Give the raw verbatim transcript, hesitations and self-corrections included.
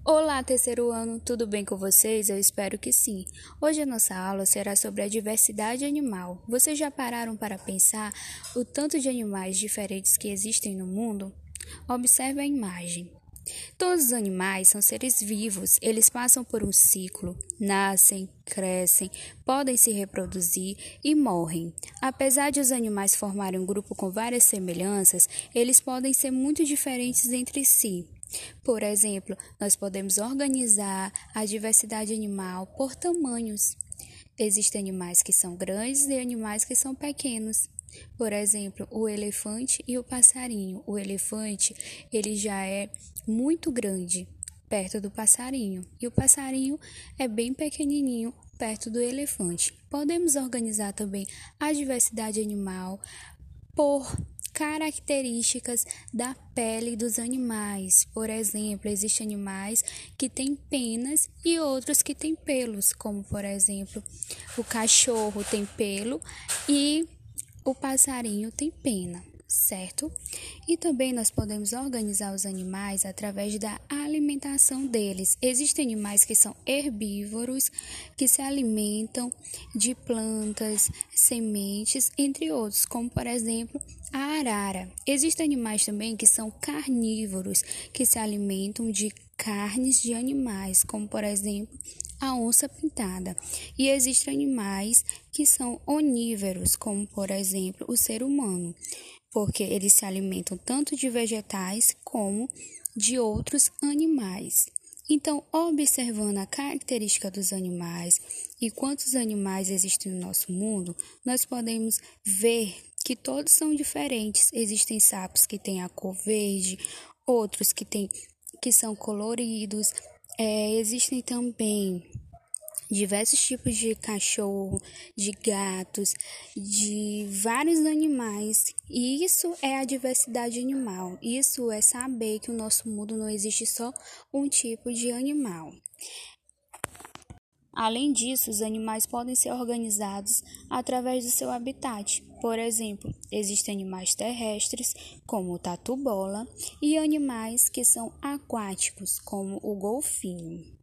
Olá, terceiro ano, tudo bem com vocês? Eu espero que sim. Hoje a nossa aula será sobre a diversidade animal. Vocês já pararam para pensar o tanto de animais diferentes que existem no mundo? Observe a imagem. Todos os animais são seres vivos, eles passam por um ciclo, nascem, crescem, podem se reproduzir e morrem. Apesar de os animais formarem um grupo com várias semelhanças, eles podem ser muito diferentes entre si. Por exemplo, nós podemos organizar a diversidade animal por tamanhos. Existem animais que são grandes e animais que são pequenos. Por exemplo, o elefante e o passarinho. O elefante, ele já é muito grande perto do passarinho, e o passarinho é bem pequenininho perto do elefante. Podemos organizar também a diversidade animal por características da pele dos animais. Por exemplo, existem animais que têm penas e outros que têm pelos, como por exemplo, o cachorro tem pelo e o passarinho tem pena, certo? E também nós podemos organizar os animais através da alimentação deles. Existem animais que são herbívoros, que se alimentam de plantas, sementes, entre outros, como por exemplo a arara. Existem animais também que são carnívoros, que se alimentam de carnes de animais, como por exemplo a onça pintada. E existem animais que são onívoros, como por exemplo o ser humano, porque eles se alimentam tanto de vegetais como de outros animais. Então, observando a característica dos animais e quantos animais existem no nosso mundo, nós podemos ver que todos são diferentes. Existem sapos que têm a cor verde, outros que, têm, que são coloridos. É, existem também diversos tipos de cachorro, de gatos, de vários animais. E isso é a diversidade animal. Isso é saber que no nosso mundo não existe só um tipo de animal. Além disso, os animais podem ser organizados através do seu habitat. Por exemplo, existem animais terrestres, como o tatu-bola, e animais que são aquáticos, como o golfinho.